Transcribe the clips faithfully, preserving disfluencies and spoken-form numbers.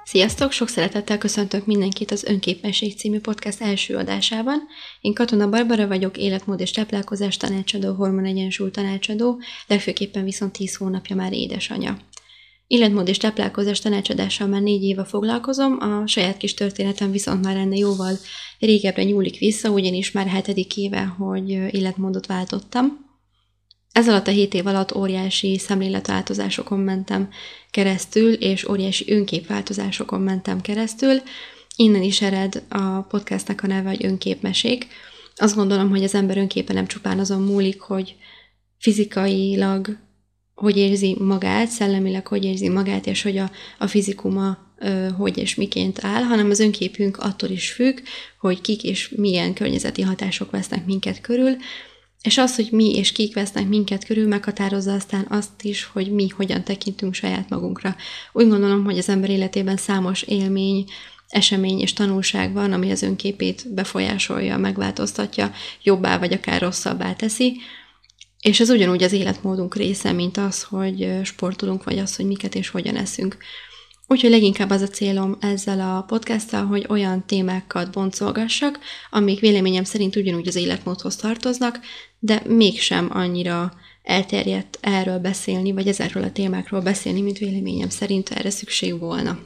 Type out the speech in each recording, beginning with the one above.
Sziasztok! Sok szeretettel köszöntök mindenkit az Önképmesség című podcast első adásában. Én Katona Barbara vagyok, életmód és táplálkozás tanácsadó, hormonegyensúly tanácsadó, legfőképpen viszont tíz hónapja már édesanya. Életmód és táplálkozás tanácsadással már négy éve foglalkozom, a saját kis történetem viszont már ennél jóval régebbre nyúlik vissza, ugyanis már hetedik éve, hogy életmódot váltottam. Ez alatt a hét év alatt óriási szemléletváltozásokon mentem keresztül, és óriási önképváltozásokon mentem keresztül. Innen is ered a podcastnak a neve, hogy Önképmesék. Azt gondolom, hogy az ember önképe nem csupán azon múlik, hogy fizikailag hogy érzi magát, szellemileg hogy érzi magát, és hogy a, a fizikuma ö, hogy és miként áll, hanem az önképünk attól is függ, hogy kik és milyen környezeti hatások vesznek minket körül, és az, hogy mi és kik vesznek minket körül, meghatározza aztán azt is, hogy mi hogyan tekintünk saját magunkra. Úgy gondolom, hogy az ember életében számos élmény, esemény és tanulság van, ami az önképét befolyásolja, megváltoztatja, jobbá vagy akár rosszabbá teszi, és ez ugyanúgy az életmódunk része, mint az, hogy sportolunk, vagy az, hogy miket és hogyan eszünk. Úgyhogy leginkább az a célom ezzel a podcasttal, hogy olyan témákat boncolgassak, amik véleményem szerint ugyanúgy az életmódhoz tartoznak, de mégsem annyira elterjedt erről beszélni, vagy ezekről a témákról beszélni, mint véleményem szerint erre szükség volna.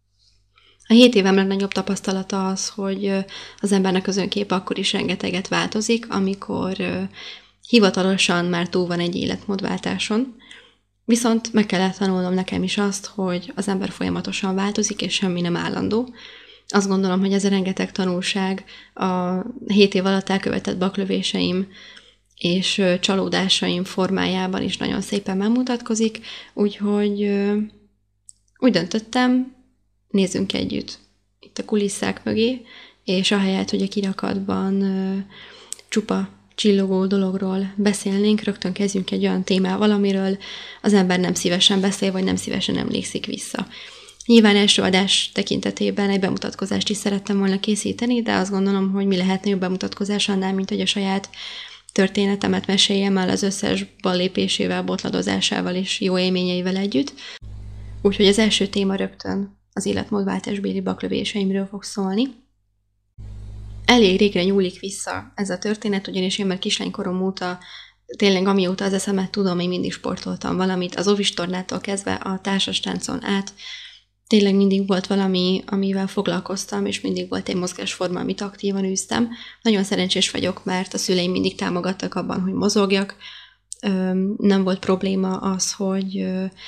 A hét évem legnagyobb tapasztalata az, hogy az embernek az önképe akkor is rengeteget változik, amikor hivatalosan már túl van egy életmódváltáson, viszont meg kellett tanulnom nekem is azt, hogy az ember folyamatosan változik, és semmi nem állandó. Azt gondolom, hogy ez a rengeteg tanulság a hét év alatt elkövetett baklövéseim és csalódásaim formájában is nagyon szépen megmutatkozik, úgyhogy úgy döntöttem, nézzünk együtt itt a kulisszák mögé, és ahelyett, hogy a kirakatban csupa csillogó dologról beszélnénk, rögtön kezdjünk egy olyan témával, amiről az ember nem szívesen beszél, vagy nem szívesen emlékszik vissza. Nyilván első adás tekintetében egy bemutatkozást is szerettem volna készíteni, de azt gondolom, hogy mi lehetne jobb bemutatkozás annál, mint hogy a saját történetemet meséljem el az összes ballépésével, botladozásával és jó élményeivel együtt. Úgyhogy az első téma rögtön az életmódváltásbéli baklövéseimről fog szólni. Elég régre nyúlik vissza ez a történet, ugyanis én már kislánykorom óta, tényleg amióta az eszemet tudom, én mindig sportoltam valamit, az óvistornától kezdve a társastáncon át, tényleg mindig volt valami, amivel foglalkoztam, és mindig volt egy mozgásforma, amit aktívan űztem. Nagyon szerencsés vagyok, mert a szüleim mindig támogattak abban, hogy mozogjak. Nem volt probléma az, hogy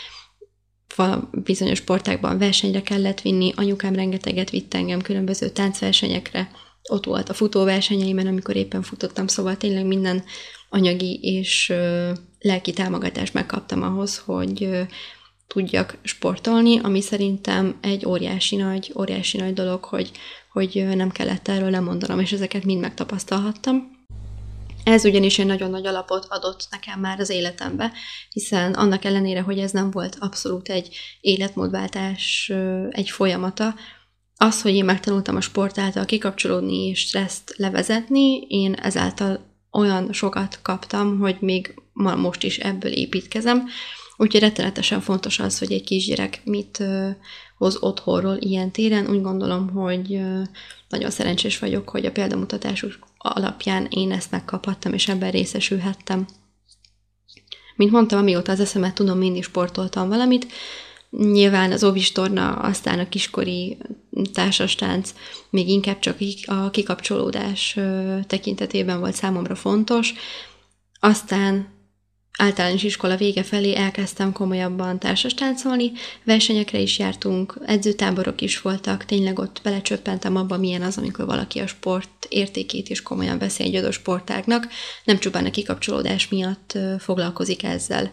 bizonyos sportákban versenyre kellett vinni, anyukám rengeteget vitt engem különböző táncversenyekre, ott volt a futóversenyeimen, amikor éppen futottam, szóval tényleg minden anyagi és ö, lelki támogatást megkaptam ahhoz, hogy ö, tudjak sportolni, ami szerintem egy óriási nagy, óriási nagy dolog, hogy, hogy ö, nem kellett erről lemondanom, és ezeket mind megtapasztalhattam. Ez ugyanis egy nagyon nagy alapot adott nekem már az életembe, hiszen annak ellenére, hogy ez nem volt abszolút egy életmódváltás, ö, egy folyamata, az, hogy én megtanultam a sport által kikapcsolódni és stresszt levezetni, én ezáltal olyan sokat kaptam, hogy még ma most is ebből építkezem. Úgyhogy rettenetesen fontos az, hogy egy kisgyerek mit uh, hoz otthonról ilyen téren. Úgy gondolom, hogy uh, nagyon szerencsés vagyok, hogy a példamutatásuk alapján én ezt megkaphattam, és ebben részesülhettem. Mint mondtam, amióta az eszemet tudom, mindig sportoltam valamit. Nyilván az óvistorna, aztán a kiskori társastánc még inkább csak a kikapcsolódás tekintetében volt számomra fontos. Aztán általános iskola vége felé elkezdtem komolyabban társastáncolni, versenyekre is jártunk, edzőtáborok is voltak, tényleg ott belecsöppentem abba, milyen az, amikor valaki a sport értékét is komolyan veszi egy adott sportágnak, nem csupán a kikapcsolódás miatt foglalkozik ezzel.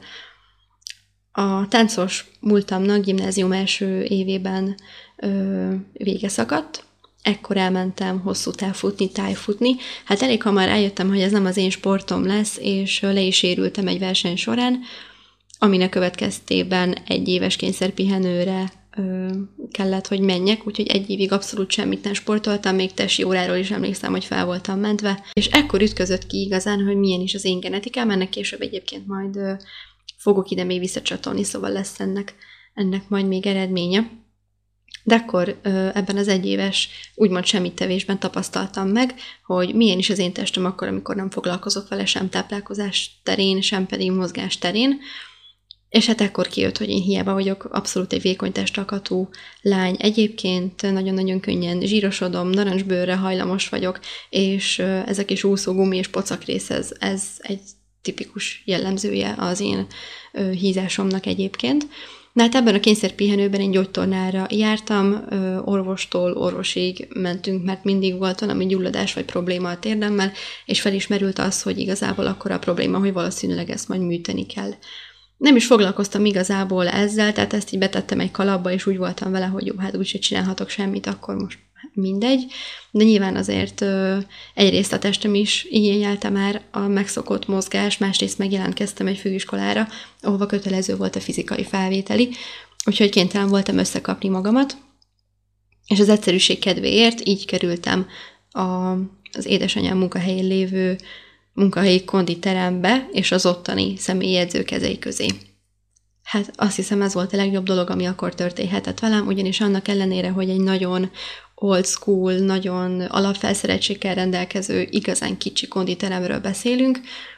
A táncos múltamnak gimnázium első évében ö, vége szakadt, ekkor elmentem hosszú távfutni, tájfutni. Hát elég hamar eljöttem, hogy ez nem az én sportom lesz, és le is sérültem egy verseny során, aminek következtében egy éves kényszerpihenőre ö, kellett, hogy menjek, úgyhogy egy évig abszolút semmit nem sportoltam, még testi óráról is emlékszem, hogy fel voltam mentve, és ekkor ütközött ki igazán, hogy milyen is az én genetikám, ennek később egyébként majd ö, fogok ide még visszacsatolni, szóval lesz ennek, ennek majd még eredménye. De akkor ebben az egyéves, úgymond semmittevésben tapasztaltam meg, hogy milyen is az én testem akkor, amikor nem foglalkozok vele sem táplálkozás terén, sem pedig mozgás terén. És hát ekkor kijött, hogy én hiába vagyok abszolút egy vékony testalkatú lány. Egyébként nagyon-nagyon könnyen zsírosodom, narancsbőrre hajlamos vagyok, és ez a kis úszógumi és pocakrész, ez, ez egy tipikus jellemzője az én hízásomnak egyébként. Na hát ebben a kényszerpihenőben én gyógytornára jártam, orvostól orvosig mentünk, mert mindig volt valami gyulladás vagy probléma a térdemmel, és felismerült az, hogy igazából akkor a probléma, hogy valószínűleg ezt majd műteni kell. Nem is foglalkoztam igazából ezzel, tehát ezt így betettem egy kalapba, és úgy voltam vele, hogy jó, hát úgyse csinálhatok semmit, akkor most mindegy. De nyilván azért ö, egyrészt a testem is igényelte már a megszokott mozgás, másrészt megjelentkeztem egy főiskolára, ahova kötelező volt a fizikai felvételi, úgyhogy kénytelen voltam összekapni magamat, és az egyszerűség kedvéért így kerültem a, az édesanyám munkahelyén lévő munkahelyi konditerembe és az ottani személyi edzőkezei közé. Hát azt hiszem, ez volt a legjobb dolog, ami akkor történhetett velem, ugyanis annak ellenére, hogy egy nagyon old school, nagyon alapfelszereltséggel rendelkező, igazán kicsi konditeremről beszélünk,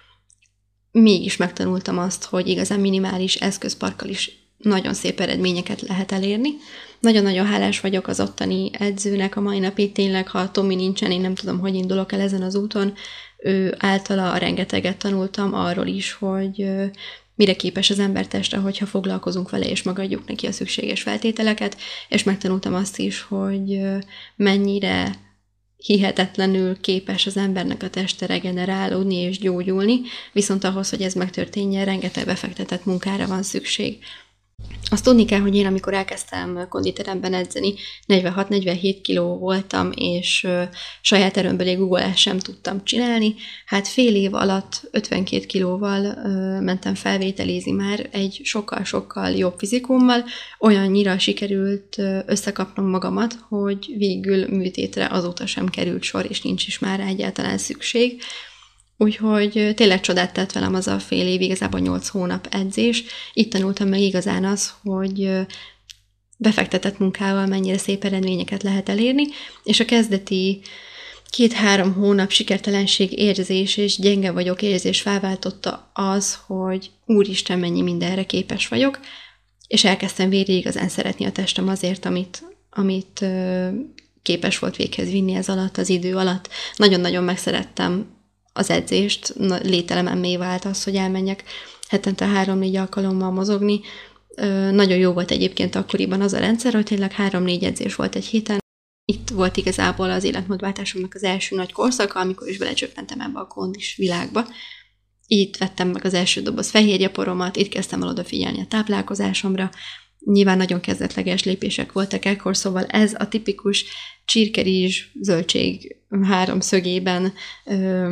mégis megtanultam azt, hogy igazán minimális eszközparkkal is nagyon szép eredményeket lehet elérni. Nagyon-nagyon hálás vagyok az ottani edzőnek a mai napig, tényleg, ha Tomi nincsen, én nem tudom, hogy indulok el ezen az úton. Ő általa rengeteget tanultam arról is, hogy mire képes az emberteste, hogyha foglalkozunk vele, és megadjuk neki a szükséges feltételeket, és megtanultam azt is, hogy mennyire hihetetlenül képes az embernek a teste regenerálódni és gyógyulni, viszont ahhoz, hogy ez megtörténjen, rengeteg befektetett munkára van szükség. Azt tudni kell, hogy én, amikor elkezdtem konditeremben edzeni, negyvenhat-negyvenhét kiló voltam, és saját erőmből egy guggolást sem tudtam csinálni. Hát fél év alatt ötvenkét kilóval mentem felvételizni már egy sokkal-sokkal jobb fizikummal. Olyannyira sikerült összekapnom magamat, hogy végül műtétre azóta sem került sor, és nincs is már egyáltalán szükség. Úgyhogy tényleg csodát tett velem az a fél év, igazából nyolc hónap edzés. Itt tanultam meg igazán az, hogy befektetett munkával mennyire szép eredményeket lehet elérni, és a kezdeti két-három hónap sikertelenség érzés és gyenge vagyok érzés felváltotta az, hogy úristen, mennyi mindenre képes vagyok, és elkezdtem végre igazán szeretni a testem azért, amit, amit képes volt véghez vinni ez alatt, az idő alatt. Nagyon-nagyon megszerettem az edzést, lételememmé vált az, hogy elmenjek hetente három-négy alkalommal mozogni. Nagyon jó volt egyébként akkoriban az a rendszer, hogy tényleg három-négy edzés volt egy héten. Itt volt igazából az életmódváltásomnak az első nagy korszaka, amikor is belecsöppentem ebbe a kondis világba. Itt vettem meg az első doboz fehérjeporomat, itt kezdtem el odafigyelni a táplálkozásomra. Nyilván nagyon kezdetleges lépések voltak ekkor, szóval ez a tipikus csirkerizs zöldség háromszögében ö,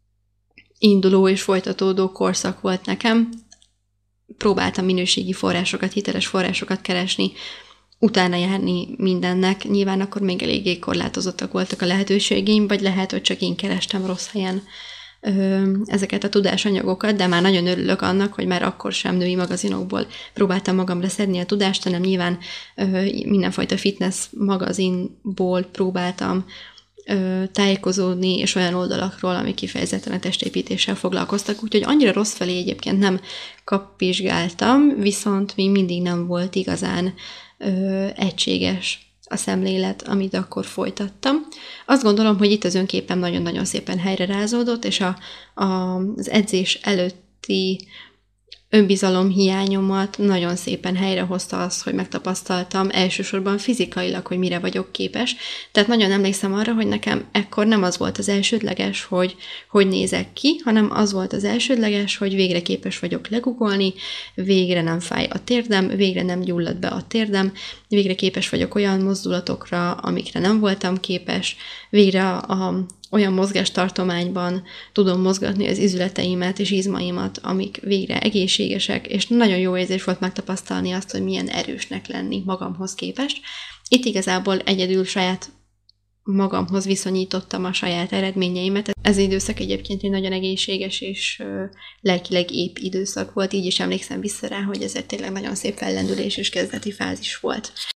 induló és folytatódó korszak volt nekem. Próbáltam minőségi forrásokat, hiteles forrásokat keresni, utána járni mindennek. Nyilván akkor még eléggé korlátozottak voltak a lehetőségeim, vagy lehet, hogy csak én kerestem rossz helyen ö, ezeket a tudásanyagokat, de már nagyon örülök annak, hogy már akkor sem női magazinokból próbáltam magamra szedni a tudást, hanem nyilván ö, mindenfajta fitness magazinból próbáltam tájékozódni, és olyan oldalakról, amik kifejezetten a testépítéssel foglalkoztak, úgyhogy annyira rossz felé egyébként nem kapvizsgáltam, viszont még mindig nem volt igazán ö, egységes a szemlélet, amit akkor folytattam. Azt gondolom, hogy itt az önképem nagyon-nagyon szépen helyre rázódott, és a, a, az edzés előtti önbizalom hiányomat nagyon szépen helyrehozta az, hogy megtapasztaltam elsősorban fizikailag, hogy mire vagyok képes. Tehát nagyon emlékszem arra, hogy nekem ekkor nem az volt az elsődleges, hogy hogy nézek ki, hanem az volt az elsődleges, hogy végre képes vagyok legugolni, végre nem fáj a térdem, végre nem gyullad be a térdem, végre képes vagyok olyan mozdulatokra, amikre nem voltam képes, végre a, a olyan mozgástartományban tudom mozgatni az izületeimet és izmaimat, amik végre egészségesek, és nagyon jó érzés volt megtapasztalni azt, hogy milyen erősnek lenni magamhoz képest. Itt igazából egyedül saját magamhoz viszonyítottam a saját eredményeimet. Ez az időszak egyébként egy nagyon egészséges és lelkileg épp időszak volt, így is emlékszem vissza rá, hogy ez egy tényleg nagyon szép fellendülés és kezdeti fázis volt.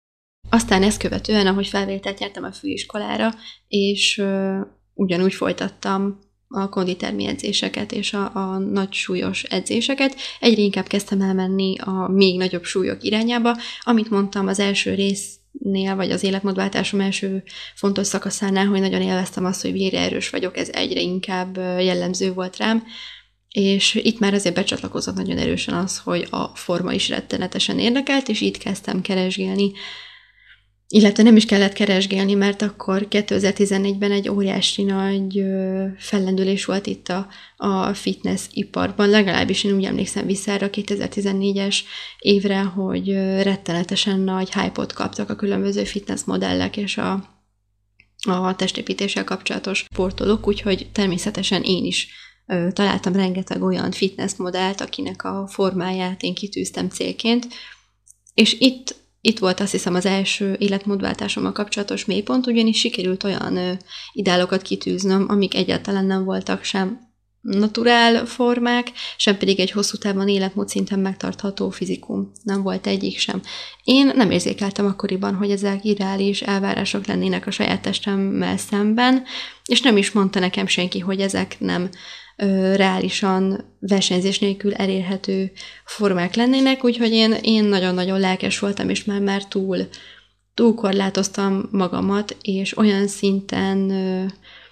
Aztán ezt követően, ahogy felvételt nyertem a főiskolára, és uh, ugyanúgy folytattam a konditermi edzéseket és a, a nagy súlyos edzéseket, egyre inkább kezdtem elmenni a még nagyobb súlyok irányába. Amit mondtam az első résznél, vagy az életmódváltásom első fontos szakaszánál, hogy nagyon élveztem azt, hogy vérerős vagyok, ez egyre inkább jellemző volt rám, és itt már azért becsatlakozott nagyon erősen az, hogy a forma is rettenetesen érdekelt, és itt kezdtem keresgélni, illetve nem is kellett keresgélni, mert akkor kétezer-tizennégyben egy óriási nagy fellendülés volt itt a, a fitness iparban, legalábbis én úgy emlékszem vissza erre a kétezer-tizennégyes évre, hogy rettenetesen nagy hype-ot kaptak a különböző fitness modellek és a, a testépítéssel kapcsolatos sportolók, úgyhogy természetesen én is ö, találtam rengeteg olyan fitness modellt, akinek a formáját én kitűztem célként, és itt Itt volt azt hiszem az első életmódváltásommal kapcsolatos mélypont, ugyanis sikerült olyan ö, ideálokat kitűznöm, amik egyáltalán nem voltak sem naturál formák, sem pedig egy hosszú távon életmód szinten megtartható fizikum. Nem volt egyik sem. Én nem érzékeltem akkoriban, hogy ezek irreális elvárások lennének a saját testemmel szemben, és nem is mondta nekem senki, hogy ezek nem ö, reálisan versenyzés nélkül elérhető formák lennének, úgyhogy én, én nagyon-nagyon lelkes voltam, és már, már túl, túl korlátoztam magamat, és olyan szinten ö,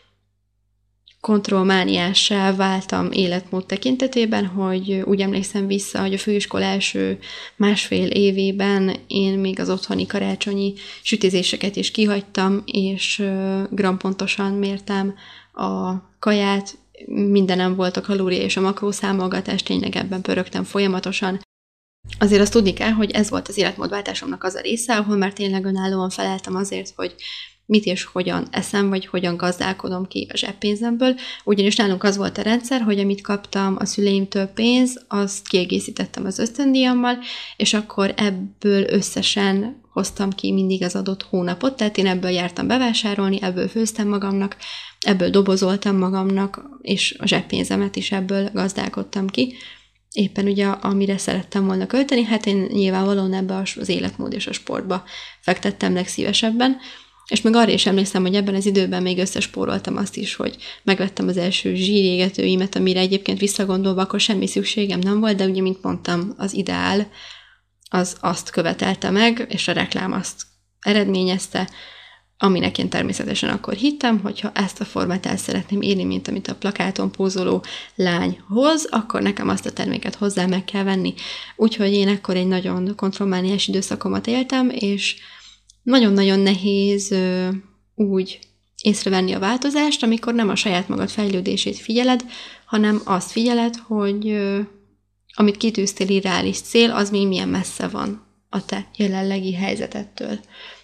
kontrollmániássá váltam életmód tekintetében, hogy úgy emlékszem vissza, hogy a főiskola első másfél évében én még az otthoni karácsonyi sütézéseket is kihagytam, és grampontosan mértem a kaját, mindenem volt a kalória és a makrószámolgatás, tényleg ebben pörögtem folyamatosan. Azért azt tudni kell, hogy ez volt az életmódváltásomnak az a része, ahol már tényleg önállóan felálltam azért, hogy mit és hogyan eszem, vagy hogyan gazdálkodom ki a zseppénzemből, ugyanis nálunk az volt a rendszer, hogy amit kaptam a szüleimtől pénz, azt kiegészítettem az ösztöndíjammal, és akkor ebből összesen hoztam ki mindig az adott hónapot, tehát én ebből jártam bevásárolni, ebből főztem magamnak, ebből dobozoltam magamnak, és a zseppénzemet is ebből gazdálkodtam ki. Éppen ugye, amire szerettem volna költeni, hát én nyilvánvalóan ebbe az életmód és a sportba fektettem legszívesebben, és meg arra is emlékszem, hogy ebben az időben még összespóroltam azt is, hogy megvettem az első zsírégetőimet, amire egyébként visszagondolva akkor semmi szükségem nem volt, de ugye, mint mondtam, az ideál az azt követelte meg, és a reklám azt eredményezte, aminek én természetesen akkor hittem, hogyha ezt a formát el szeretném érni, mint amit a plakáton pózoló lány hoz, akkor nekem azt a terméket hozzá meg kell venni. Úgyhogy én akkor egy nagyon kontrollmániás időszakomat éltem, és nagyon-nagyon nehéz ö, úgy észrevenni a változást, amikor nem a saját magad fejlődését figyeled, hanem azt figyeled, hogy ö, amit kitűztél irreális cél, az még milyen messze van a te jelenlegi helyzetettől.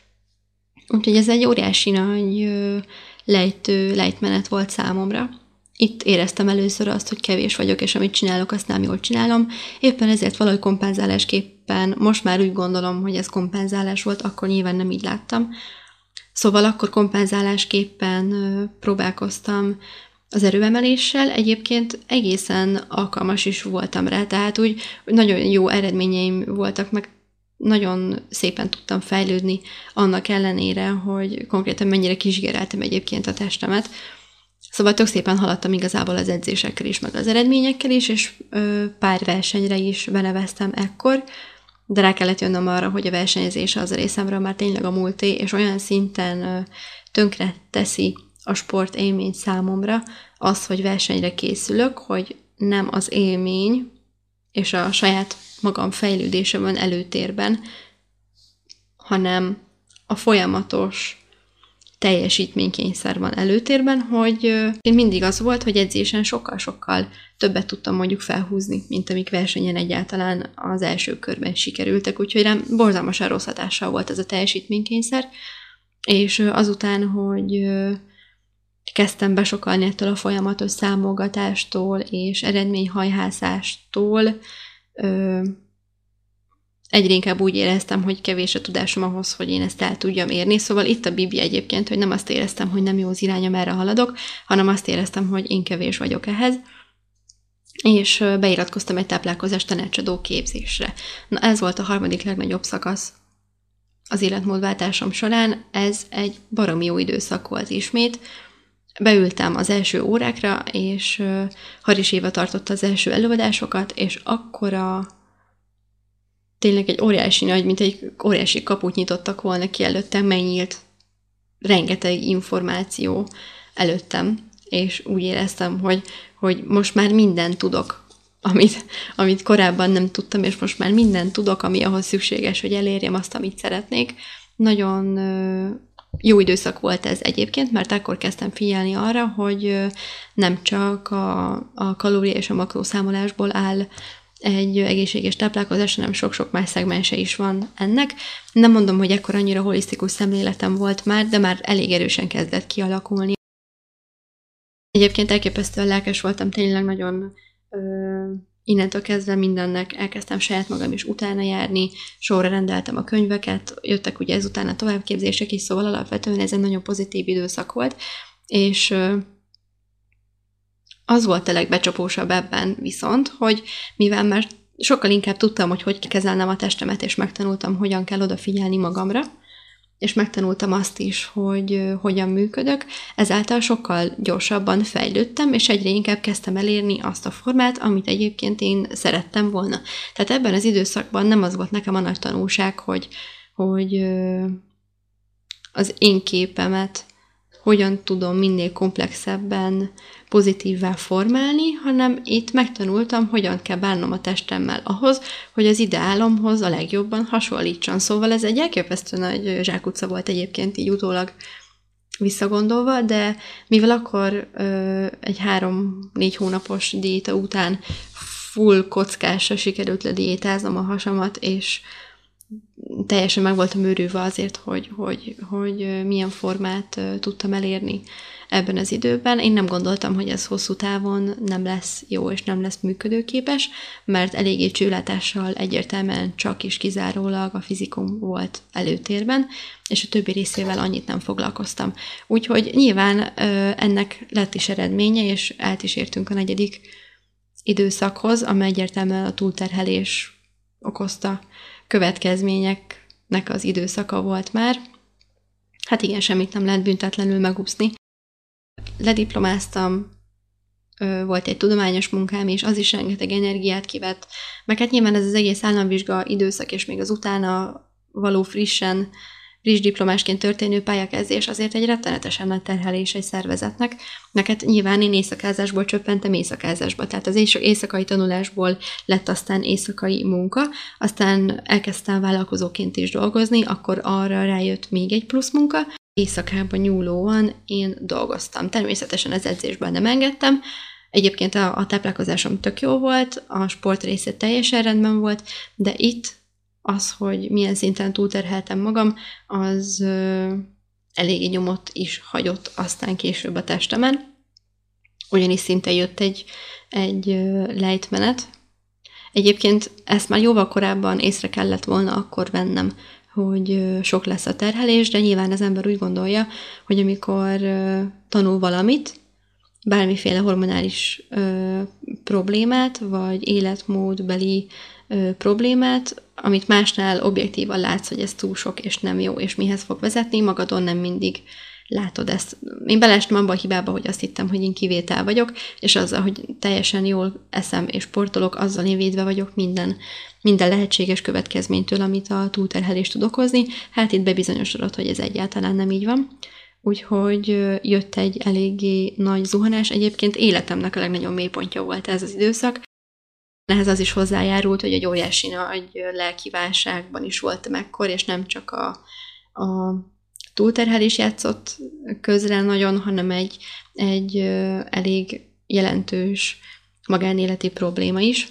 Úgyhogy ez egy óriási nagy ö, lejtő, lejtmenet volt számomra. Itt éreztem először azt, hogy kevés vagyok, és amit csinálok, azt nem jól csinálom. Éppen ezért valahogy kompenzálásképpen, most már úgy gondolom, hogy ez kompenzálás volt, akkor nyilván nem így láttam. Szóval akkor kompenzálásképpen próbálkoztam az erőemeléssel, egyébként egészen alkalmas is voltam rá, tehát úgy nagyon jó eredményeim voltak, meg nagyon szépen tudtam fejlődni annak ellenére, hogy konkrétan mennyire kizsigereltem egyébként a testemet. Szóval tök szépen haladtam igazából az edzésekkel is, meg az eredményekkel is, és ö, pár versenyre is beneveztem ekkor, de rá kellett jönnöm arra, hogy a versenyzés az a részemről már tényleg a múlté, és olyan szinten ö, tönkre teszi a sport élmény számomra az, hogy versenyre készülök, hogy nem az élmény és a saját magam fejlődése van előtérben, hanem a folyamatos teljesítménykényszer van előtérben, hogy én mindig az volt, hogy edzésen sokkal-sokkal többet tudtam mondjuk felhúzni, mint amik versenyen egyáltalán az első körben sikerültek, úgyhogy rám borzalmasan rossz hatással volt ez a teljesítménykényszer, és azután, hogy kezdtem besokalni ettől a folyamatos számolgatástól és eredményhajhászástól, egyre inkább úgy éreztem, hogy kevés a tudásom ahhoz, hogy én ezt el tudjam érni. Szóval itt a Bibi egyébként, hogy nem azt éreztem, hogy nem jó az irány, amerre haladok, hanem azt éreztem, hogy én kevés vagyok ehhez. És beiratkoztam egy táplálkozás tanácsadó képzésre. Na ez volt a harmadik legnagyobb szakasz az életmódváltásom során ez egy baromi jó időszak volt ismét. Beültem az első órákra, és Haris Éva tartotta az első előadásokat, és akkora tényleg egy óriási nagy, mint egy óriási kaput nyitottak volna ki előttem, megnyílt rengeteg információ előttem, és úgy éreztem, hogy, hogy most már mindent tudok, amit, amit korábban nem tudtam, és most már mindent tudok, ami ahhoz szükséges, hogy elérjem azt, amit szeretnék. Nagyon jó időszak volt ez egyébként, mert akkor kezdtem figyelni arra, hogy nem csak a, a kalória és a makrószámolásból áll egy egészséges táplálkozás, hanem sok-sok más szegmense is van ennek. Nem mondom, hogy ekkor annyira holisztikus szemléletem volt már, de már elég erősen kezdett kialakulni. Egyébként elképesztően lelkes voltam, tényleg nagyon ö, innentől kezdve mindennek elkezdtem saját magam is utána járni, sorra rendeltem a könyveket, jöttek ugye ezután a továbbképzések is, szóval alapvetően ez egy nagyon pozitív időszak volt, és ö, az volt a legbecsapósabb ebben viszont, hogy mivel már sokkal inkább tudtam, hogy hogy kezelnem a testemet, és megtanultam, hogyan kell odafigyelni magamra, és megtanultam azt is, hogy hogyan működök, ezáltal sokkal gyorsabban fejlődtem, és egyre inkább kezdtem elérni azt a formát, amit egyébként én szerettem volna. Tehát ebben az időszakban nem az volt nekem a nagy tanulság, hogy, hogy az én képemet hogyan tudom minél komplexebben, pozitívvá formálni, hanem itt megtanultam, hogyan kell bánnom a testemmel ahhoz, hogy az ideálomhoz a legjobban hasonlítson. Szóval ez egy elképesztő nagy zsákutca volt egyébként így utólag visszagondolva, de mivel akkor ö, egy három-négy hónapos diéta után full kockásra sikerült lediétáznom a hasamat, és teljesen meg voltam őrülve azért, hogy, hogy, hogy milyen formát tudtam elérni ebben az időben. Én nem gondoltam, hogy ez hosszú távon nem lesz jó és nem lesz működőképes, mert eléggé csőlátással egyértelműen csak is kizárólag a fizikum volt előtérben, és a többi részével annyit nem foglalkoztam. Úgyhogy nyilván ennek lett is eredménye, és át is értünk a negyedik időszakhoz, amely egyértelműen a túlterhelés okozta következményeknek az időszaka volt már. Hát igen, semmit nem lehet büntetlenül megúszni. Lediplomáztam, volt egy tudományos munkám, és az is rengeteg energiát kivett. Meg hát nyilván ez az egész államvizsga időszak, és még az utána való frissen, friss diplomásként történő pályakezdés azért egy rettenetesen nagy terhelés egy szervezetnek. Neked nyilván én éjszakázásból csöppentem éjszakázásba, tehát az éjszakai tanulásból lett aztán éjszakai munka, aztán elkezdtem vállalkozóként is dolgozni, akkor arra rájött még egy plusz munka, éjszakában nyúlóan én dolgoztam. Természetesen az edzésben nem engedtem, egyébként a, a táplálkozásom tök jó volt, a sport része teljesen rendben volt, de itt az, hogy milyen szinten túlterheltem magam, az ö, eléggé nyomot is hagyott aztán később a testemen. Ugyanis szinte jött egy, egy ö, lejtmenet. Egyébként ezt már jóval korábban észre kellett volna akkor vennem, hogy ö, sok lesz a terhelés, de nyilván az ember úgy gondolja, hogy amikor ö, tanul valamit, bármiféle hormonális ö, problémát, vagy életmódbeli ö, problémát, amit másnál objektívan látsz, hogy ez túl sok és nem jó, és mihez fog vezetni, magadon nem mindig látod ezt. Én beleestem abba a hibába, hogy azt hittem, hogy én kivétel vagyok, és azzal, hogy teljesen jól eszem és sportolok, azzal én védve vagyok minden, minden lehetséges következménytől, amit a túlterhelés tud okozni. Hát itt bebizonyosodott, hogy ez egyáltalán nem így van. Úgyhogy jött egy eléggé nagy zuhanás. Egyébként életemnek a legnagyobb mélypontja volt ez az időszak. Ehhez az is hozzájárult, hogy egy óriási nagy lelki válságban is voltam ekkor, és nem csak a, a túlterhelés játszott közre nagyon, hanem egy, egy elég jelentős magánéleti probléma is.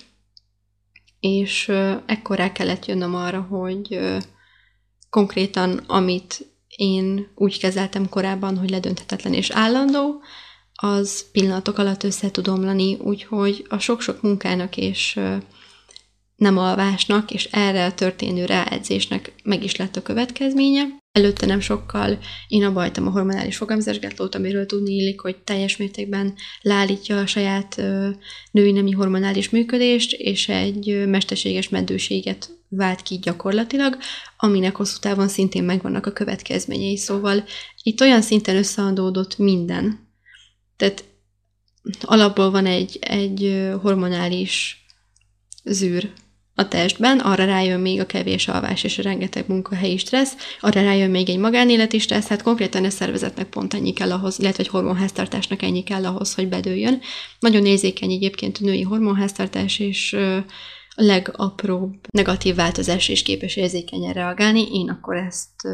És ekkor rá kellett jönnöm arra, hogy konkrétan amit én úgy kezeltem korábban, hogy ledönthetetlen és állandó, az pillanatok alatt össze tud omlani, úgyhogy a sok-sok munkának és nem alvásnak, és erre a történő ráedzésnek meg is lett a következménye. Előtte nem sokkal én abba hagytam a hormonális fogamzásgátlót, amiről tudni illik, hogy teljes mértékben leállítja a saját női nemi hormonális működést, és egy mesterséges meddőséget vált ki gyakorlatilag, aminek hosszú távon szintén megvannak a következményei. Szóval itt olyan szinten összeadódott minden. Tehát alapból van egy, egy hormonális zűr a testben, arra rájön még a kevés alvás és a rengeteg munkahelyi stressz, arra rájön még egy magánéleti stressz, hát konkrétan a szervezetnek pont ennyi kell ahhoz, illetve egy hormonháztartásnak ennyi kell ahhoz, hogy bedőljön. Nagyon érzékeny egyébként a női hormonháztartás, és a legapróbb negatív változás is képes érzékenyen reagálni. Én akkor ezt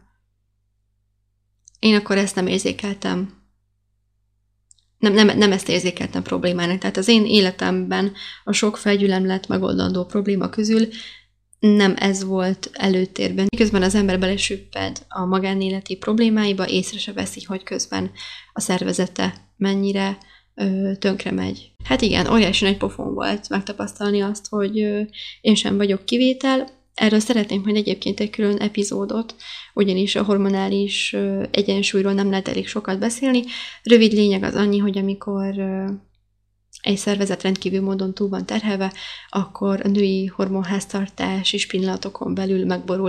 én akkor ezt nem érzékeltem. Nem, nem, nem ezt érzékeltem problémának. Tehát az én életemben a sok felgyülemlett megoldandó probléma közül nem ez volt előtérben. Miközben az ember belesüpped a magánéleti problémáiba, észre se veszi, hogy közben a szervezete mennyire ö, tönkre megy. Hát igen, óriási nagy pofon volt megtapasztalni azt, hogy ö, én sem vagyok kivétel. Erről szeretném, hogy egyébként egy külön epizódot, ugyanis a hormonális ö, egyensúlyról nem lehet elég sokat beszélni. Rövid lényeg az annyi, hogy amikor ö, egy szervezet rendkívül módon túl van terhelve, akkor a női hormonháztartás is pillanatokon belül megborul.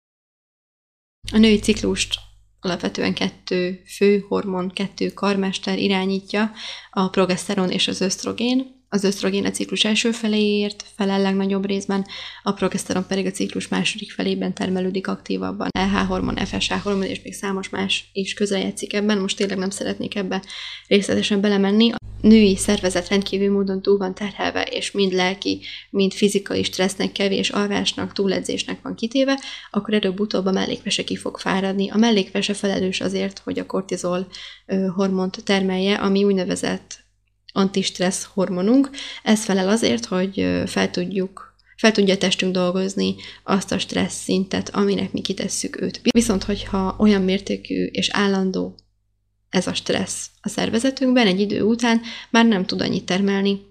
A női ciklust alapvetően kettő fő hormon, kettő karmester irányítja, a progeszteron és az ösztrogén. Az ösztrogén a ciklus első feléért felel legnagyobb részben, a progeszteron pedig a ciklus második felében termelődik aktívabban. el há hormon, ef es há hormon és még számos más is közrejátszik ebben, most tényleg nem szeretnék ebbe részletesen belemenni. A női szervezet rendkívül módon túl van terhelve, és mind lelki, mind fizikai stressznek, kevés alvásnak, túledzésnek van kitéve, akkor előbb-utóbb a mellékvese ki fog fáradni. A mellékvese felelős azért, hogy a kortizol hormont termelje, ami úgynevezett antistressz hormonunk. Ez felel azért, hogy fel tudjuk, fel tudja a testünk dolgozni azt a stressz szintet, aminek mi kitesszük őt. Viszont, hogyha olyan mértékű és állandó ez a stressz a szervezetünkben, egy idő után már nem tud annyit termelni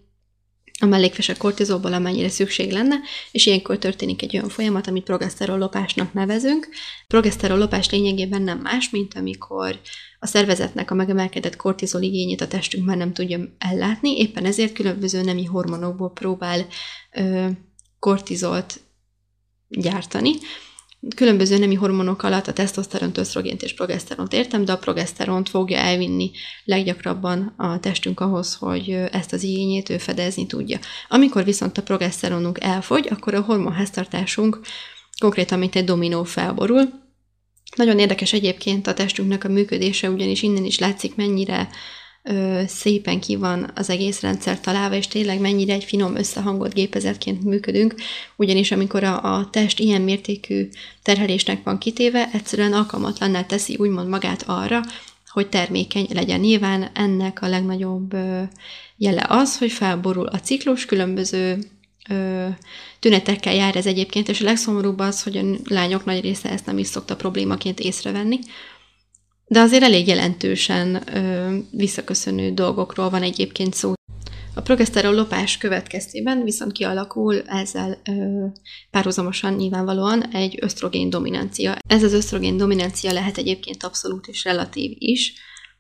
a mellékvese kortizolból, amennyire szükség lenne, és ilyenkor történik egy olyan folyamat, amit progeszteronlopásnak nevezünk. A progeszteronlopás lényegében nem más, mint amikor a szervezetnek a megemelkedett kortizol igényét a testünk már nem tudja ellátni, éppen ezért különböző nemi hormonokból próbál ö, kortizolt gyártani. Különböző nemi hormonok alatt a tesztoszteront, ösztrogént és progeszteront értem, de a progeszteront fogja elvinni leggyakrabban a testünk ahhoz, hogy ezt az igényét ő fedezni tudja. Amikor viszont a progeszteronunk elfogy, akkor a hormonháztartásunk konkrétan mint egy dominó felborul. Nagyon érdekes egyébként a testünknek a működése, ugyanis innen is látszik, mennyire ö, szépen ki van az egész rendszer találva, és tényleg mennyire egy finom összehangolt gépezetként működünk, ugyanis amikor a, a test ilyen mértékű terhelésnek van kitéve, egyszerűen alkalmatlanná teszi úgymond magát arra, hogy termékeny legyen. Nyilván ennek a legnagyobb ö, jele az, hogy felborul a ciklus, különböző ö, tünetekkel jár ez egyébként, és a legszomorúbb az, hogy a lányok nagy része ezt nem is szokta problémaként észrevenni. De azért elég jelentősen ö, visszaköszönő dolgokról van egyébként szó. A progeszteron lopás következtében viszont kialakul ezzel ö, párhuzamosan nyilvánvalóan egy ösztrogén dominancia. Ez az ösztrogén dominancia lehet egyébként abszolút és relatív is.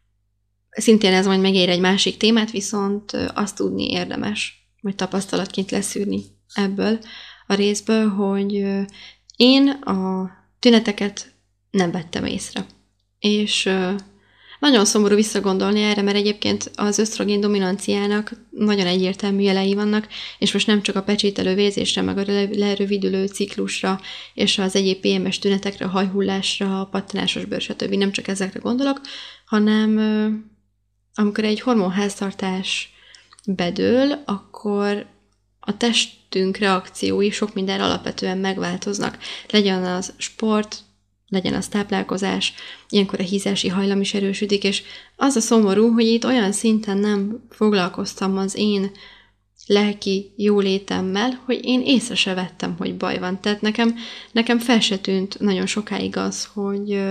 Szintén ez majd megér egy másik témát, viszont azt tudni érdemes, vagy tapasztalatként leszűrni ebből a részből, hogy én a tüneteket nem vettem észre. És nagyon szomorú visszagondolni erre, mert egyébként az ösztrogén dominanciának nagyon egyértelmű jelei vannak, és most nem csak a pecsételő vézésre, meg a lerövidülő ciklusra, és az egyéb pé em es tünetekre, a hajhullásra, a pattanásos bőr, stb. Nem csak ezekre gondolok, hanem amikor egy hormonháztartás bedől, akkor a testünk reakciói sok minden alapvetően megváltoznak. Legyen az sport, legyen az táplálkozás, ilyenkor a hízási hajlam is erősödik, és az a szomorú, hogy itt olyan szinten nem foglalkoztam az én lelki jólétemmel, hogy én észre se vettem, hogy baj van. Tehát nekem, nekem fel se tűnt nagyon sokáig az, hogy,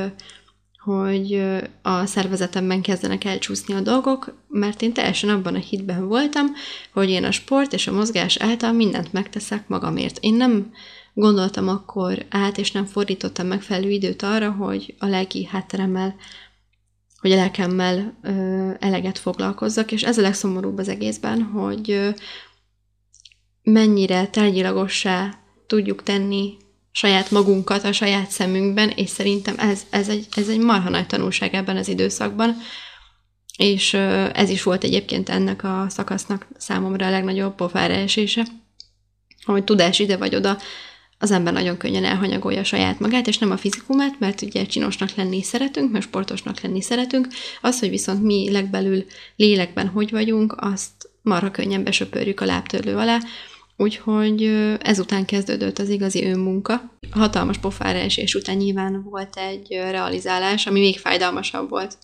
hogy a szervezetemben kezdenek elcsúszni a dolgok, mert én teljesen abban a hitben voltam, hogy én a sport és a mozgás által mindent megteszek magamért. Én nem gondoltam akkor át, és nem fordítottam megfelelő időt arra, hogy a lelki hátteremmel, hogy a lelkemmel ö, eleget foglalkozzak, és ez a legszomorúbb az egészben, hogy ö, mennyire tárgyilagossá tudjuk tenni saját magunkat a saját szemünkben, és szerintem ez, ez, egy, ez egy marha nagy tanulság ebben az időszakban, és ez is volt egyébként ennek a szakasznak számomra a legnagyobb pofára esése, hogy tudás ide vagy oda, az ember nagyon könnyen elhanyagolja saját magát, és nem a fizikumát, mert ugye csinosnak lenni szeretünk, mert sportosnak lenni szeretünk, az, hogy viszont mi legbelül lélekben hogy vagyunk, azt marha könnyen besöpörjük a lábtörlő alá, úgyhogy ezután kezdődött az igazi önmunka. A hatalmas pofára esés után nyilván volt egy realizálás, ami még fájdalmasabb volt,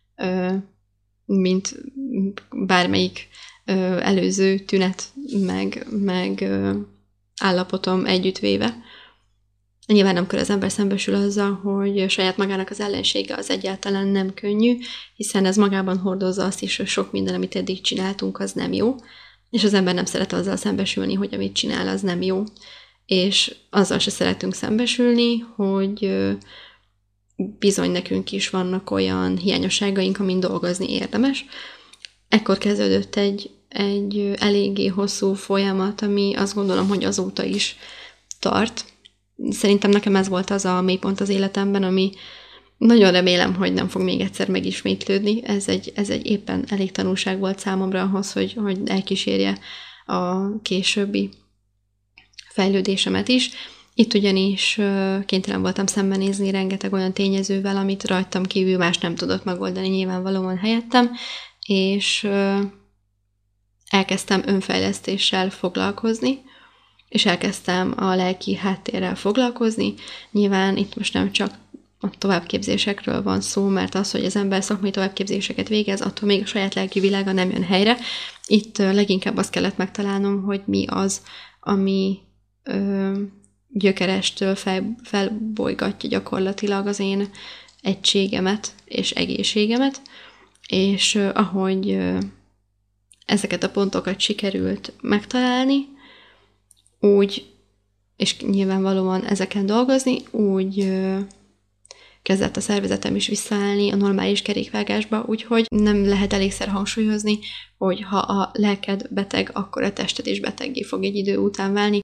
mint bármelyik előző tünet, meg, meg állapotom együttvéve. Nyilván amikor az ember szembesül azzal, hogy saját magának az ellensége az egyáltalán nem könnyű, hiszen ez magában hordozza azt is, hogy sok minden, amit eddig csináltunk, az nem jó, és az ember nem szeret azzal szembesülni, hogy amit csinál, az nem jó. És azzal se szeretünk szembesülni, hogy bizony nekünk is vannak olyan hiányosságaink, amin dolgozni érdemes. Ekkor kezdődött egy, egy eléggé hosszú folyamat, ami azt gondolom, hogy azóta is tart. Szerintem nekem ez volt az a mélypont az életemben, ami nagyon remélem, hogy nem fog még egyszer megismétlődni. Ez egy, ez egy éppen elég tanulság volt számomra ahhoz, hogy, hogy elkísérje a későbbi fejlődésemet is. Itt ugyanis kénytelen voltam szembenézni rengeteg olyan tényezővel, amit rajtam kívül más nem tudott megoldani nyilvánvalóan helyettem, és elkezdtem önfejlesztéssel foglalkozni, és elkezdtem a lelki háttérrel foglalkozni. Nyilván itt most nem csak a továbbképzésekről van szó, mert az, hogy az ember szakmai továbbképzéseket végez, attól még a saját lelki világa nem jön helyre. Itt leginkább azt kellett megtalálnom, hogy mi az, ami ö, gyökerestől fel, felbolygatja gyakorlatilag az én egységemet és egészségemet, és ö, ahogy ö, ezeket a pontokat sikerült megtalálni, úgy, és nyilvánvalóan ezeken dolgozni, úgy ö, kezdett a szervezetem is visszaállni a normális kerékvágásba, úgyhogy nem lehet elégszer hangsúlyozni, hogy ha a lelked beteg, akkor a tested is beteggé fog egy idő után válni.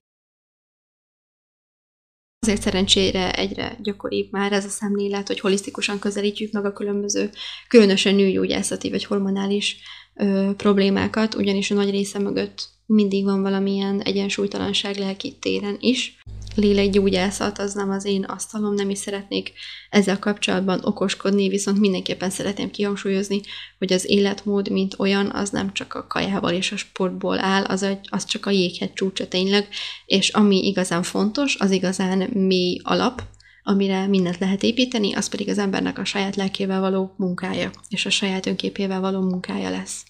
Azért szerencsére egyre gyakoribb már ez a szemlélet, hogy holisztikusan közelítjük meg a különböző, különösen nőgyógyászati vagy hormonális ö, problémákat, ugyanis a nagy része mögött mindig van valamilyen egyensúlytalanság lelki téren is. Lélekgyógyászat az nem az én asztalom, nem is szeretnék ezzel kapcsolatban okoskodni, viszont mindenképpen szeretném kihangsúlyozni, hogy az életmód, mint olyan, az nem csak a kajával és a sportból áll, az, egy, az csak a jéghegy csúcsa tényleg, és ami igazán fontos, az igazán mély alap, amire mindent lehet építeni, az pedig az embernek a saját lelkével való munkája, és a saját önképével való munkája lesz.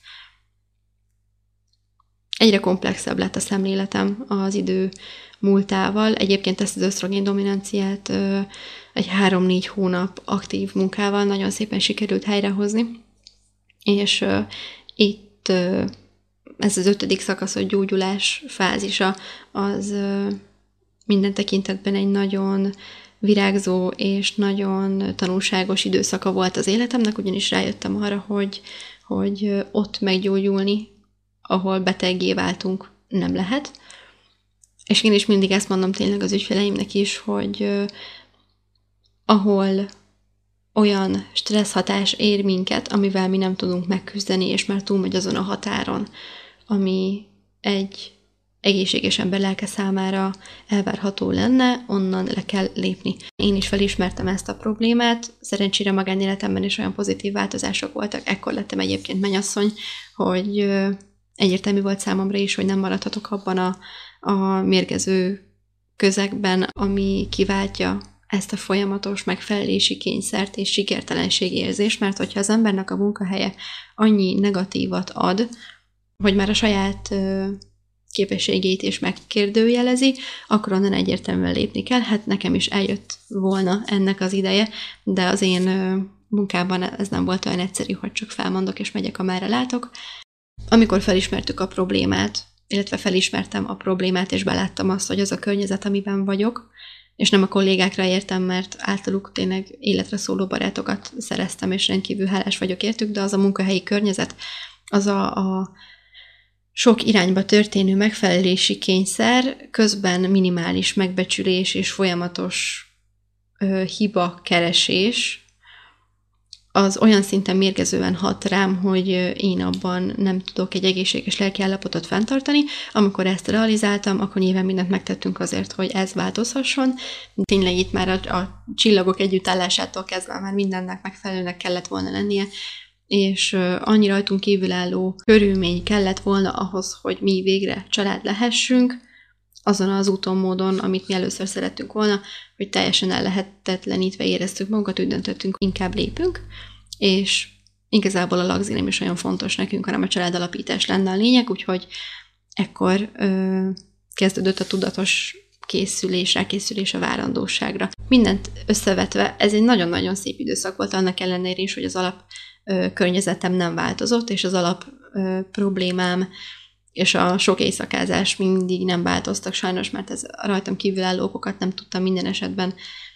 Egyre komplexebb lett a szemléletem az idő múltával. Egyébként ezt az ösztrogén dominanciát ö, egy három-négy hónap aktív munkával nagyon szépen sikerült helyrehozni, és ö, itt ö, ez az ötödik szakaszos gyógyulás fázisa, az ö, minden tekintetben egy nagyon virágzó és nagyon tanulságos időszaka volt az életemnek, ugyanis rájöttem arra, hogy, hogy ott meggyógyulni, ahol beteggé váltunk, nem lehet. És én is mindig ezt mondom tényleg az ügyfeleimnek is, hogy uh, ahol olyan stressz hatás ér minket, amivel mi nem tudunk megküzdeni, és már túlmegy azon a határon, ami egy egészséges ember lelke számára elvárható lenne, onnan le kell lépni. Én is felismertem ezt a problémát, szerencsére magánéletemben is olyan pozitív változások voltak, ekkor lettem egyébként mennyasszony, hogy uh, egyértelmű volt számomra is, hogy nem maradhatok abban a, a mérgező közegben, ami kiváltja ezt a folyamatos megfelelési kényszert és sikertelenségérzést, mert hogyha az embernek a munkahelye annyi negatívat ad, hogy már a saját képességét is megkérdőjelezi, akkor onnan egyértelműen lépni kell. Hát nekem is eljött volna ennek az ideje, de az én munkában ez nem volt olyan egyszerű, hogy csak felmondok és megyek, amerre látok. Amikor felismertük a problémát, illetve felismertem a problémát, és beláttam azt, hogy az a környezet, amiben vagyok, és nem a kollégákra értem, mert általuk tényleg életre szóló barátokat szereztem, és rendkívül hálás vagyok értük, de az a munkahelyi környezet, az a, a sok irányba történő megfelelési kényszer, közben minimális megbecsülés és folyamatos ö, hiba keresés, az olyan szinten mérgezően hat rám, hogy én abban nem tudok egy egészséges lelkiállapotot fenntartani. Amikor ezt realizáltam, akkor nyilván mindent megtettünk azért, hogy ez változhasson. Tényleg itt már a, a csillagok együttállásától kezdve már mindennek megfelelőnek kellett volna lennie, és annyi rajtunk kívülálló körülmény kellett volna ahhoz, hogy mi végre család lehessünk, azon az úton, módon, amit mi először szerettünk volna, hogy teljesen ellehetetlenítve éreztük magunkat, úgy döntöttünk, inkább lépünk, és igazából a lagzi nem is olyan fontos nekünk, hanem a családalapítás lenne a lényeg, úgyhogy ekkor ö, kezdődött a tudatos készülés, rákészülés a várandóságra. Mindent összevetve, ez egy nagyon-nagyon szép időszak volt, annak ellenére is, hogy az alap ö, környezetem nem változott, és az alap ö, problémám és a sok éjszakázás mindig nem változtak sajnos, mert ez rajtam kívülálló okokat nem tudtam minden esetben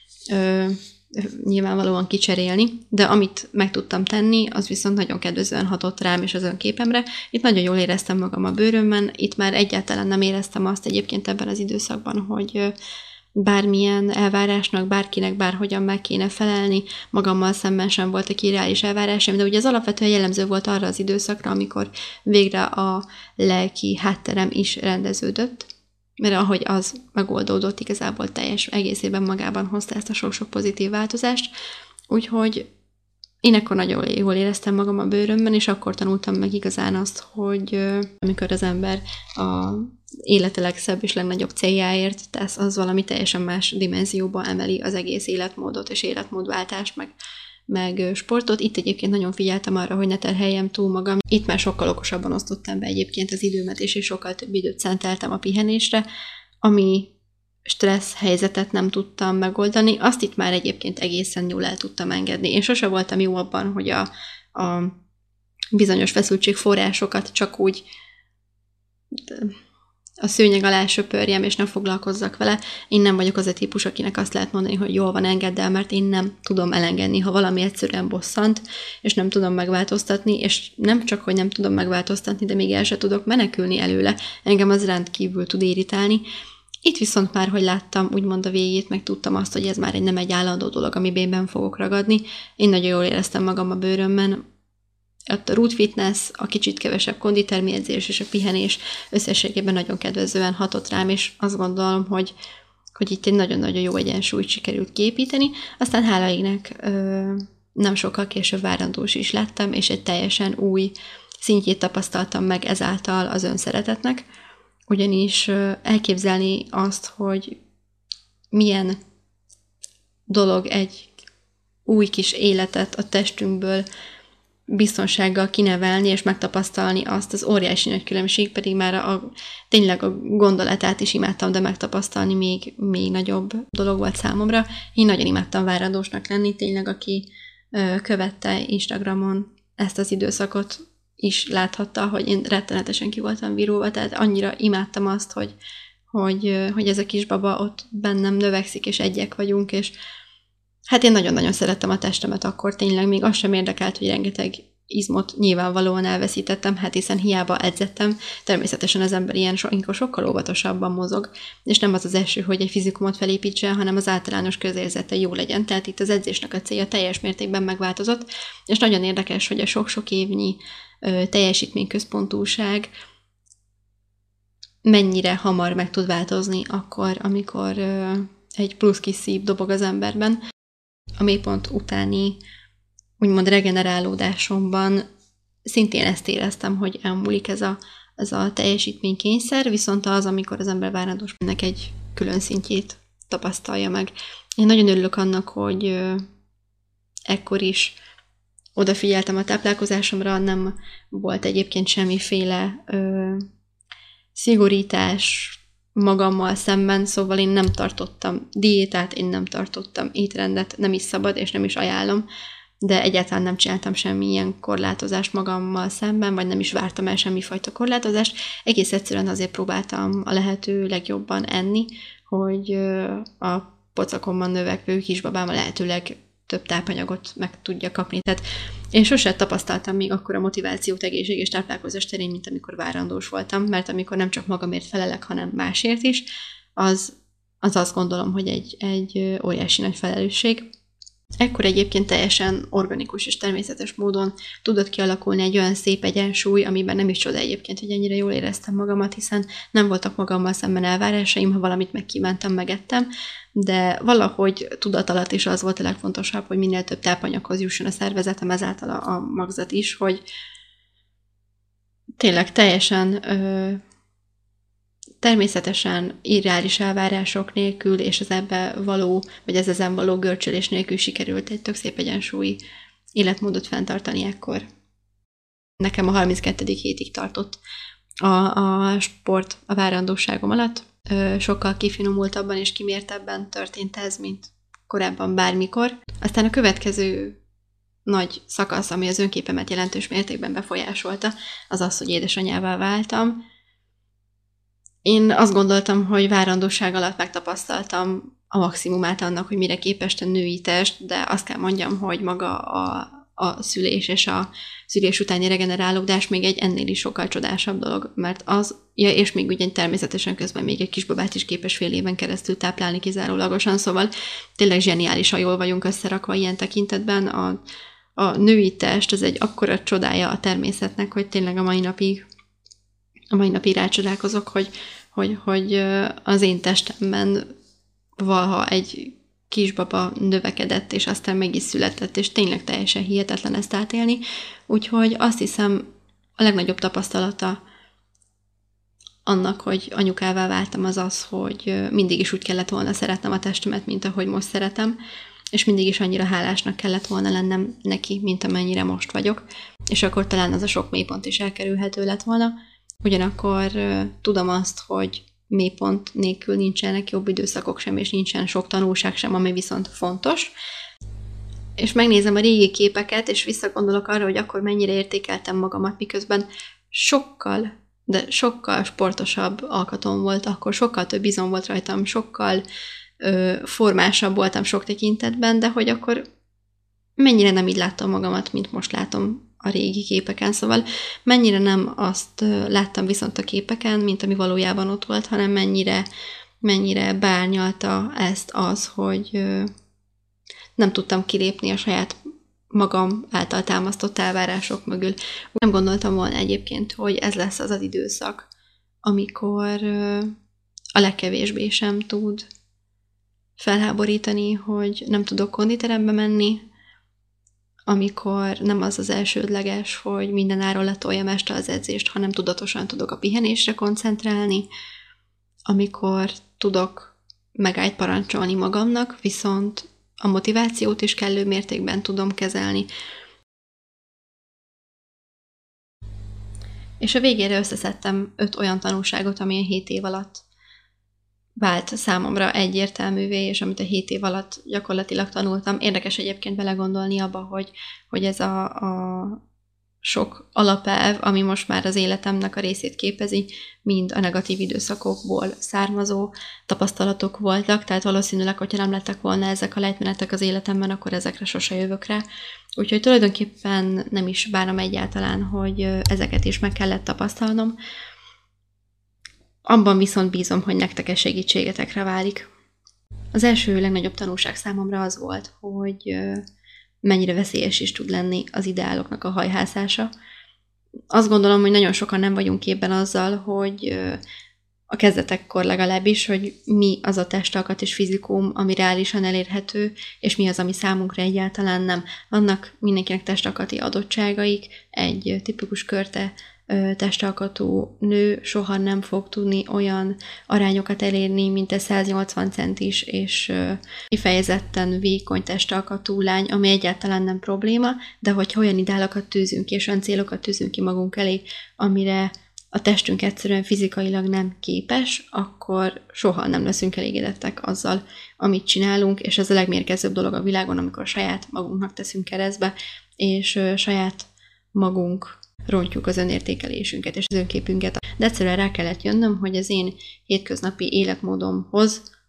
ö, nyilvánvalóan kicserélni, de amit meg tudtam tenni, az viszont nagyon kedvezően hatott rám és az önképemre. Itt nagyon jól éreztem magam a bőrömben, itt már egyáltalán nem éreztem azt egyébként ebben az időszakban, hogy bármilyen elvárásnak, bárkinek bárhogyan meg kéne felelni, magammal szemben sem voltak irreális elvárásaim, de ugye ez alapvetően jellemző volt arra az időszakra, amikor végre a lelki hátterem is rendeződött, mert ahogy az megoldódott, igazából teljes egészében magában hozta ezt a sok-sok pozitív változást, úgyhogy én akkor nagyon jól éreztem magam a bőrömben, és akkor tanultam meg igazán azt, hogy amikor az ember a élete legszebb és legnagyobb céljáért tesz, az valami teljesen más dimenzióba emeli az egész életmódot és életmódváltást, meg, meg sportot. Itt egyébként nagyon figyeltem arra, hogy ne terheljem túl magam. Itt már sokkal okosabban osztottam be egyébként az időmet, és és sokkal több időt szenteltem a pihenésre, ami stressz helyzetet nem tudtam megoldani, azt itt már egyébként egészen jól el tudtam engedni. Én sose voltam jó abban, hogy a, a bizonyos feszültségforrásokat csak úgy a szőnyeg alá söpörjem, és nem foglalkozzak vele. Én nem vagyok az a típus, akinek azt lehet mondani, hogy jól van, engedd el, mert én nem tudom elengedni, ha valami egyszerűen bosszant, és nem tudom megváltoztatni, és nem csak, hogy nem tudom megváltoztatni, de még el se tudok menekülni előle. Engem az rendkívül tud irritálni. Itt viszont már, hogy láttam úgymond a végét, meg tudtam azt, hogy ez már egy nem egy állandó dolog, amiben fogok ragadni. Én nagyon jól éreztem magam a bőrömben. A root fitness, a kicsit kevesebb konditermi edzés és a pihenés összességében nagyon kedvezően hatott rám, és azt gondolom, hogy, hogy itt egy nagyon-nagyon jó egyensúlyt sikerült kiépíteni. Aztán hála égnek nem sokkal később várandós is lettem, és egy teljesen új szintjét tapasztaltam meg ezáltal az önszeretetnek, ugyanis elképzelni azt, hogy milyen dolog egy új kis életet a testünkből biztonsággal kinevelni és megtapasztalni azt, az óriási nagy különbség, pedig már a, a, tényleg a gondolatát is imádtam, de megtapasztalni még, még nagyobb dolog volt számomra. Én nagyon imádtam várandósnak lenni, tényleg aki ö, követte Instagramon ezt az időszakot, is láthatta, hogy én rettenetesen ki voltam virulva, tehát annyira imádtam azt, hogy, hogy, hogy ez a kisbaba ott bennem növekszik, és egyek vagyunk, és hát én nagyon-nagyon szerettem a testemet akkor, tényleg még az sem érdekelt, hogy rengeteg izmot nyilvánvalóan elveszítettem, hát hiszen hiába edzettem, természetesen az ember ilyen so- sokkal óvatosabban mozog, és nem az az első, hogy egy fizikumot felépítsen, hanem az általános közérzete jó legyen, tehát itt az edzésnek a célja teljes mértékben megváltozott, és nagyon érdekes, hogy a sok-sok évnyi ö, teljesítményközpontúság mennyire hamar meg tud változni akkor, amikor ö, egy plusz kis szív dobog az emberben. A mélypont utáni úgymond regenerálódásomban szintén ezt éreztem, hogy elmúlik ez a, ez a teljesítménykényszer, viszont az, amikor az ember várandós ennek egy külön szintjét tapasztalja meg. Én nagyon örülök annak, hogy ö, ekkor is odafigyeltem a táplálkozásomra, nem volt egyébként semmiféle ö, szigorítás magammal szemben, szóval én nem tartottam diétát, én nem tartottam étrendet, nem is szabad, és nem is ajánlom, de egyáltalán nem csináltam semmilyen korlátozást magammal szemben, vagy nem is vártam el semmifajta korlátozást. Egész egyszerűen azért próbáltam a lehető legjobban enni, hogy a pocakomban növekvő kisbabám a lehetőleg több tápanyagot meg tudja kapni. Tehát én sosem tapasztaltam még akkor a motivációt egészség és táplálkozás terén, mint amikor várandós voltam, mert amikor nem csak magamért felelek, hanem másért is, az, az azt gondolom, hogy egy, egy óriási nagy felelősség. Ekkor egyébként teljesen organikus és természetes módon tudott kialakulni egy olyan szép egyensúly, amiben nem is csoda egyébként, hogy ennyire jól éreztem magamat, hiszen nem voltak magammal szemben elvárásaim, ha valamit megkívántam, megettem, de valahogy tudat alatt is az volt a legfontosabb, hogy minél több tápanyaghoz jusson a szervezetem, ezáltal a, a magzat is, hogy tényleg teljesen ö, természetesen irreális elvárások nélkül, és az ebbe való, vagy ez ezen való görcsölés nélkül sikerült egy tök szép egyensúlyi életmódot fenntartani ekkor. Nekem a harminckettedik hétig tartott a, a sport a várandóságom alatt. Ö, sokkal kifinomultabban és kimértebben történt ez, mint korábban bármikor. Aztán a következő nagy szakasz, ami az önképemet jelentős mértékben befolyásolta, az az, hogy édesanyává váltam. Én azt gondoltam, hogy várandóság alatt megtapasztaltam a maximumát annak, hogy mire képes a női test, de azt kell mondjam, hogy maga a, a szülés és a szülés utáni regenerálódás még egy ennél is sokkal csodásabb dolog, mert az, ja, és még ugye természetesen közben még egy kisbabát is képes fél éven keresztül táplálni kizárólagosan, szóval tényleg zseniálisan jól vagyunk összerakva ilyen tekintetben. A, a női test az egy akkora csodája a természetnek, hogy tényleg a mai napig A mai napig rácsodálkozok, hogy, hogy, hogy az én testemben valaha egy kisbaba növekedett, és aztán meg is született, és tényleg teljesen hihetetlen ezt átélni. Úgyhogy azt hiszem, a legnagyobb tapasztalata annak, hogy anyukává váltam, az az, hogy mindig is úgy kellett volna szeretnem a testemet, mint ahogy most szeretem, és mindig is annyira hálásnak kellett volna lennem neki, mint amennyire most vagyok, és akkor talán az a sok mélypont is elkerülhető lett volna. Ugyanakkor uh, tudom azt, hogy mélypont nélkül nincsenek jobb időszakok sem, és nincsen sok tanulság sem, ami viszont fontos. És megnézem a régi képeket, és visszagondolok arra, hogy akkor mennyire értékeltem magamat, miközben sokkal, de sokkal sportosabb alkatom volt, akkor sokkal több izom volt rajtam, sokkal ö, formásabb voltam sok tekintetben, de hogy akkor mennyire nem így láttam magamat, mint most látom a régi képeken, szóval mennyire nem azt láttam viszont a képeken, mint ami valójában ott volt, hanem mennyire, mennyire bárnyalta ezt az, hogy nem tudtam kilépni a saját magam által támasztott elvárások mögül. Nem gondoltam volna egyébként, hogy ez lesz az az időszak, amikor a legkevésbé sem tud felháborítani, hogy nem tudok konditerembe menni, amikor nem az az elsődleges, hogy minden áron letoljam este az edzést, hanem tudatosan tudok a pihenésre koncentrálni, amikor tudok megállt parancsolni magamnak, viszont a motivációt is kellő mértékben tudom kezelni. És a végére összeszedtem öt olyan tanulságot, ami a hét év alatt vált számomra egyértelművé, és amit a hét év alatt gyakorlatilag tanultam. Érdekes egyébként belegondolni abba, hogy, hogy ez a, a sok alapelv, ami most már az életemnek a részét képezi, mind a negatív időszakokból származó tapasztalatok voltak, tehát valószínűleg, hogyha nem lettek volna ezek a lejtmenetek az életemben, akkor ezekre sose jövök rá. Úgyhogy tulajdonképpen nem is bánom egyáltalán, hogy ezeket is meg kellett tapasztalnom. Abban viszont bízom, hogy nektek ez segítségetekre válik. Az első legnagyobb tanulság számomra az volt, hogy mennyire veszélyes is tud lenni az ideáloknak a hajhászása. Azt gondolom, hogy nagyon sokan nem vagyunk képben azzal, hogy a kezdetekkor legalábbis, hogy mi az a testalkat és fizikum, ami reálisan elérhető, és mi az, ami számunkra egyáltalán nem. Vannak mindenkinek testalkati adottságaik, egy tipikus körte testalkatú nő soha nem fog tudni olyan arányokat elérni, mint egy száznyolcvan centis és kifejezetten vékony testalkatú lány, ami egyáltalán nem probléma, de hogyha olyan ideálokat tűzünk ki, és olyan célokat tűzünk ki magunk elé, amire a testünk egyszerűen fizikailag nem képes, akkor soha nem leszünk elégedettek azzal, amit csinálunk, és ez a legmérgezőbb dolog a világon, amikor saját magunknak teszünk keresztbe, és saját magunk rontjuk az önértékelésünket és az önképünket. De egyszerűen rá kellett jönnöm, hogy az én hétköznapi életmódomhoz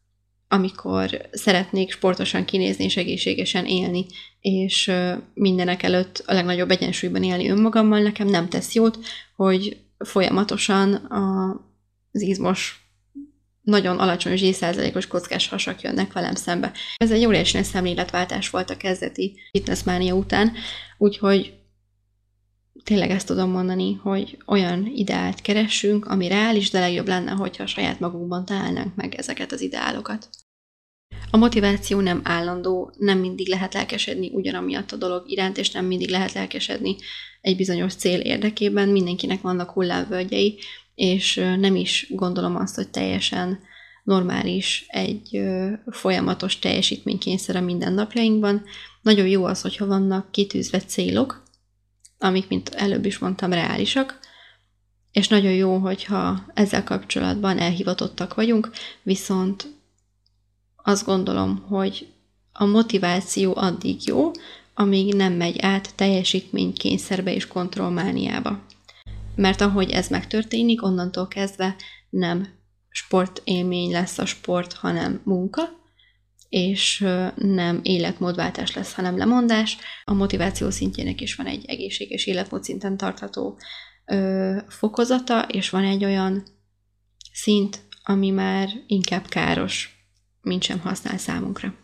amikor szeretnék sportosan kinézni és egészségesen élni, és mindenek előtt a legnagyobb egyensúlyban élni önmagammal, nekem nem tesz jót, hogy folyamatosan az izmos, nagyon alacsony zsírszázalékos kockás hasak jönnek velem szembe. Ez egy óriási nagy szemléletváltás volt a kezdeti fitnessmánia után, úgyhogy tényleg ezt tudom mondani, hogy olyan ideált keressünk, ami reális, de legjobb lenne, hogyha saját magunkban találnánk meg ezeket az ideálokat. A motiváció nem állandó, nem mindig lehet lelkesedni ugyanamiatt a dolog iránt, és nem mindig lehet lelkesedni egy bizonyos cél érdekében. Mindenkinek vannak hullámvölgyei, és nem is gondolom azt, hogy teljesen normális egy folyamatos teljesítménykényszer a mindennapjainkban. Nagyon jó az, hogyha vannak kitűzve célok, amik, mint előbb is mondtam, reálisak, és nagyon jó, hogyha ezzel kapcsolatban elhivatottak vagyunk, viszont azt gondolom, hogy a motiváció addig jó, amíg nem megy át teljesítménykényszerbe és kontrollmániába. Mert ahogy ez megtörténik, onnantól kezdve nem sportélmény lesz a sport, hanem munka, és nem életmódváltás lesz, hanem lemondás. A motiváció szintjének is van egy egészséges életmód szinten tartható ö, fokozata, és van egy olyan szint, ami már inkább káros, mint sem használ számunkra.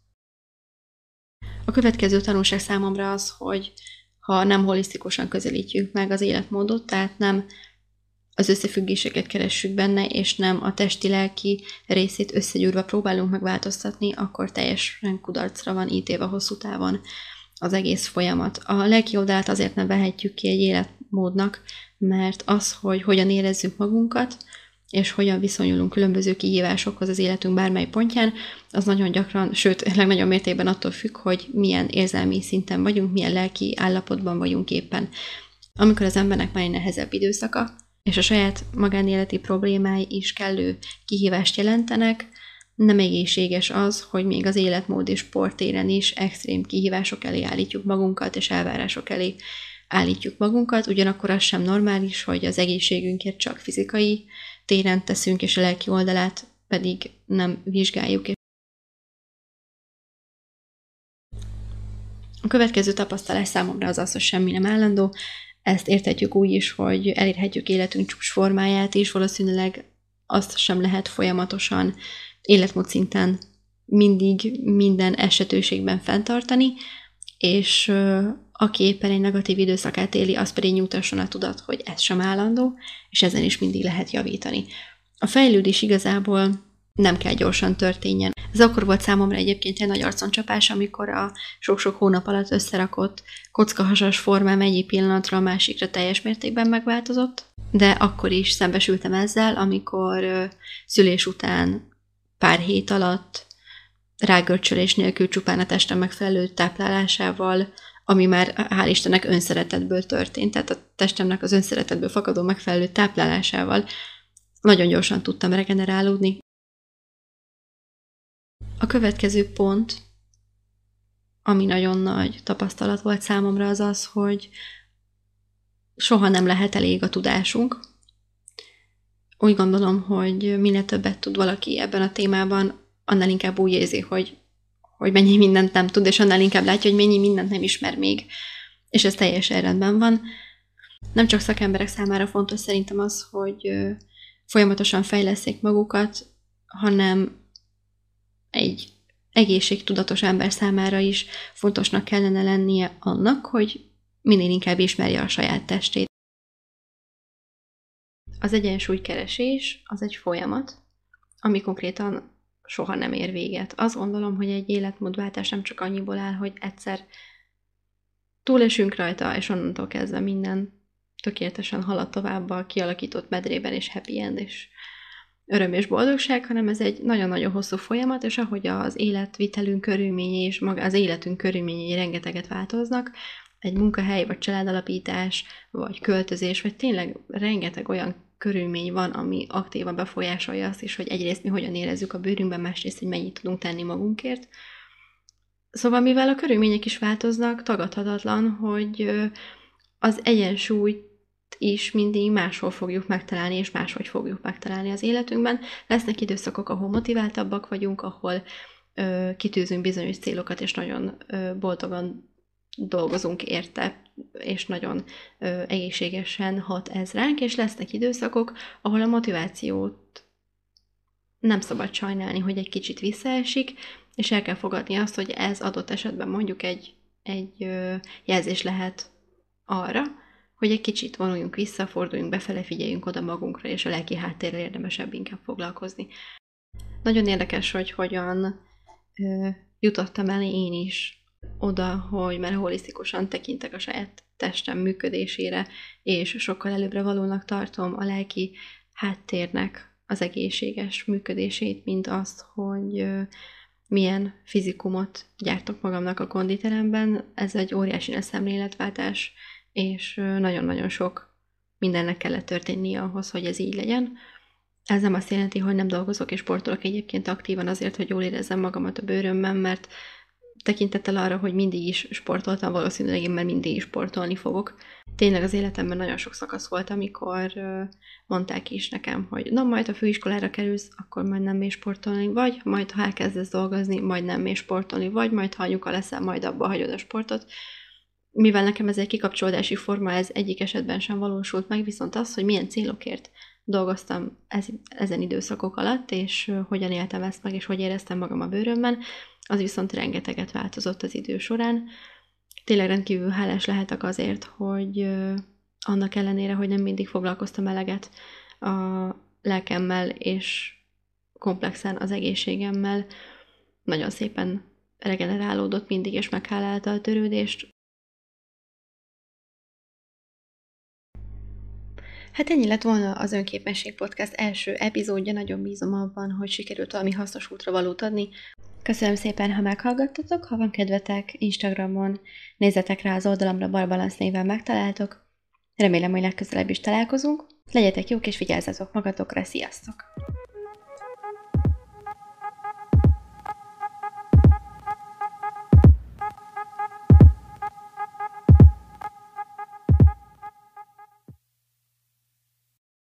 A következő tanulság számomra az, hogy ha nem holisztikusan közelítjük meg az életmódot, tehát nem az összefüggéseket keressük benne, és nem a testi-lelki részét összegyúrva próbálunk megváltoztatni, akkor teljesen kudarcra van ítélve hosszú távon az egész folyamat. A lelki oldalt azért nem vehetjük ki egy életmódnak, mert az, hogy hogyan érezzük magunkat, és hogyan viszonyulunk különböző kihívásokhoz az életünk bármely pontján, az nagyon gyakran, sőt, legnagyobb mértékben attól függ, hogy milyen érzelmi szinten vagyunk, milyen lelki állapotban vagyunk éppen. Amikor az embernek már egy nehezebb időszaka, és a saját magánéleti problémái is kellő kihívást jelentenek, nem egészséges az, hogy még az életmód és sporttéren is extrém kihívások elé állítjuk magunkat, és elvárások elé állítjuk magunkat, ugyanakkor az sem normális, hogy az egészségünkért csak fizikai téren teszünk, és a lelki oldalát pedig nem vizsgáljuk. A következő tapasztalás számomra az az, hogy semmi nem állandó. Ezt érthetjük úgy is, hogy elérhetjük életünk csúcsformáját is, valószínűleg azt sem lehet folyamatosan életmód szinten mindig, minden esetőségben fenntartani, és aki éppen egy negatív időszakát éli, az pedig nyugtasson a tudat, hogy ez sem állandó, és ezen is mindig lehet javítani. A fejlődés igazából nem kell gyorsan történjen. Ez akkor volt számomra egyébként egy nagy arconcsapás, amikor a sok-sok hónap alatt összerakott kockahasas formám egyik pillanatra a másikra teljes mértékben megváltozott, de akkor is szembesültem ezzel, amikor szülés után pár hét alatt rágörcsölés nélkül csupán a testem megfelelő táplálásával, ami már hál' Istennek önszeretetből történt, tehát a testemnek az önszeretetből fakadó megfelelő táplálásával nagyon gyorsan tudtam regenerálódni. A következő pont, ami nagyon nagy tapasztalat volt számomra, az az, hogy soha nem lehet elég a tudásunk. Úgy gondolom, hogy minél többet tud valaki ebben a témában, annál inkább úgy érzi, hogy, hogy mennyi mindent nem tud, és annál inkább látja, hogy mennyi mindent nem ismer még. És ez teljesen rendben van. Nem csak szakemberek számára fontos szerintem az, hogy folyamatosan fejleszték magukat, hanem egy egészségtudatos ember számára is fontosnak kellene lennie annak, hogy minél inkább ismerje a saját testét. Az egyensúlykeresés az egy folyamat, ami konkrétan soha nem ér véget. Azt gondolom, hogy egy életmódváltás nem csak annyiból áll, hogy egyszer túlesünk rajta, és onnantól kezdve minden tökéletesen halad tovább a kialakított medrében, és happy end, és öröm és boldogság, hanem ez egy nagyon-nagyon hosszú folyamat, és ahogy az életvitelünk körülményei és maga az életünk körülményei rengeteget változnak, egy munkahely, vagy családalapítás, vagy költözés, vagy tényleg rengeteg olyan körülmény van, ami aktívan befolyásolja azt is, hogy egyrészt mi hogyan érezzük a bőrünkben, másrészt, hogy mennyit tudunk tenni magunkért. Szóval mivel a körülmények is változnak, tagadhatatlan, hogy az egyensúly is mindig máshol fogjuk megtalálni, és máshogy fogjuk megtalálni az életünkben. Lesznek időszakok, ahol motiváltabbak vagyunk, ahol ö, kitűzünk bizonyos célokat, és nagyon ö, boldogan dolgozunk érte, és nagyon ö, egészségesen hat ez ránk, és lesznek időszakok, ahol a motivációt nem szabad sajnálni, hogy egy kicsit visszaesik, és el kell fogadni azt, hogy ez adott esetben mondjuk egy, egy ö, jelzés lehet arra, hogy egy kicsit vonuljunk vissza, forduljunk befele, figyeljünk oda magunkra, és a lelki háttérrel érdemesebb inkább foglalkozni. Nagyon érdekes, hogy hogyan ö, jutottam el én is oda, hogy már holisztikusan tekintek a saját testem működésére, és sokkal előbbre valónak tartom a lelki háttérnek az egészséges működését, mint azt, hogy ö, milyen fizikumot gyártok magamnak a konditeremben. Ez egy óriási nagy szemléletváltás, és nagyon-nagyon sok mindennek kellett történnie ahhoz, hogy ez így legyen. Ez nem azt jelenti, hogy nem dolgozok és sportolok egyébként aktívan azért, hogy jól érezzem magamat a bőrömben, mert tekintettel arra, hogy mindig is sportoltam, valószínűleg én már mindig is sportolni fogok. Tényleg az életemben nagyon sok szakasz volt, amikor mondták is nekem, hogy na majd, ha főiskolára kerülsz, akkor majd nem mész sportolni, vagy majd, ha elkezdesz dolgozni, majd nem mész sportolni, vagy majd, ha anyuka leszel, majd abba hagyod a sportot. Mivel nekem ez egy kikapcsolódási forma, ez egyik esetben sem valósult meg, viszont az, hogy milyen célokért dolgoztam ez, ezen időszakok alatt, és hogyan éltem ezt meg, és hogy éreztem magam a bőrömben, az viszont rengeteget változott az idő során. Tényleg rendkívül hálás lehetek azért, hogy annak ellenére, hogy nem mindig foglalkoztam eleget a lelkemmel, és komplexen az egészségemmel, nagyon szépen regenerálódott mindig, és meghálálta a törődést. Hát ennyi lett volna az Önképesség Podcast első epizódja, nagyon bízom abban, hogy sikerült valami hasznos útra valót adni. Köszönöm szépen, ha meghallgattatok, ha van kedvetek, Instagramon nézzetek rá az oldalamra, Barbalansz néven megtaláltok. Remélem, hogy legközelebb is találkozunk. Legyetek jók és vigyázzatok magatokra, sziasztok!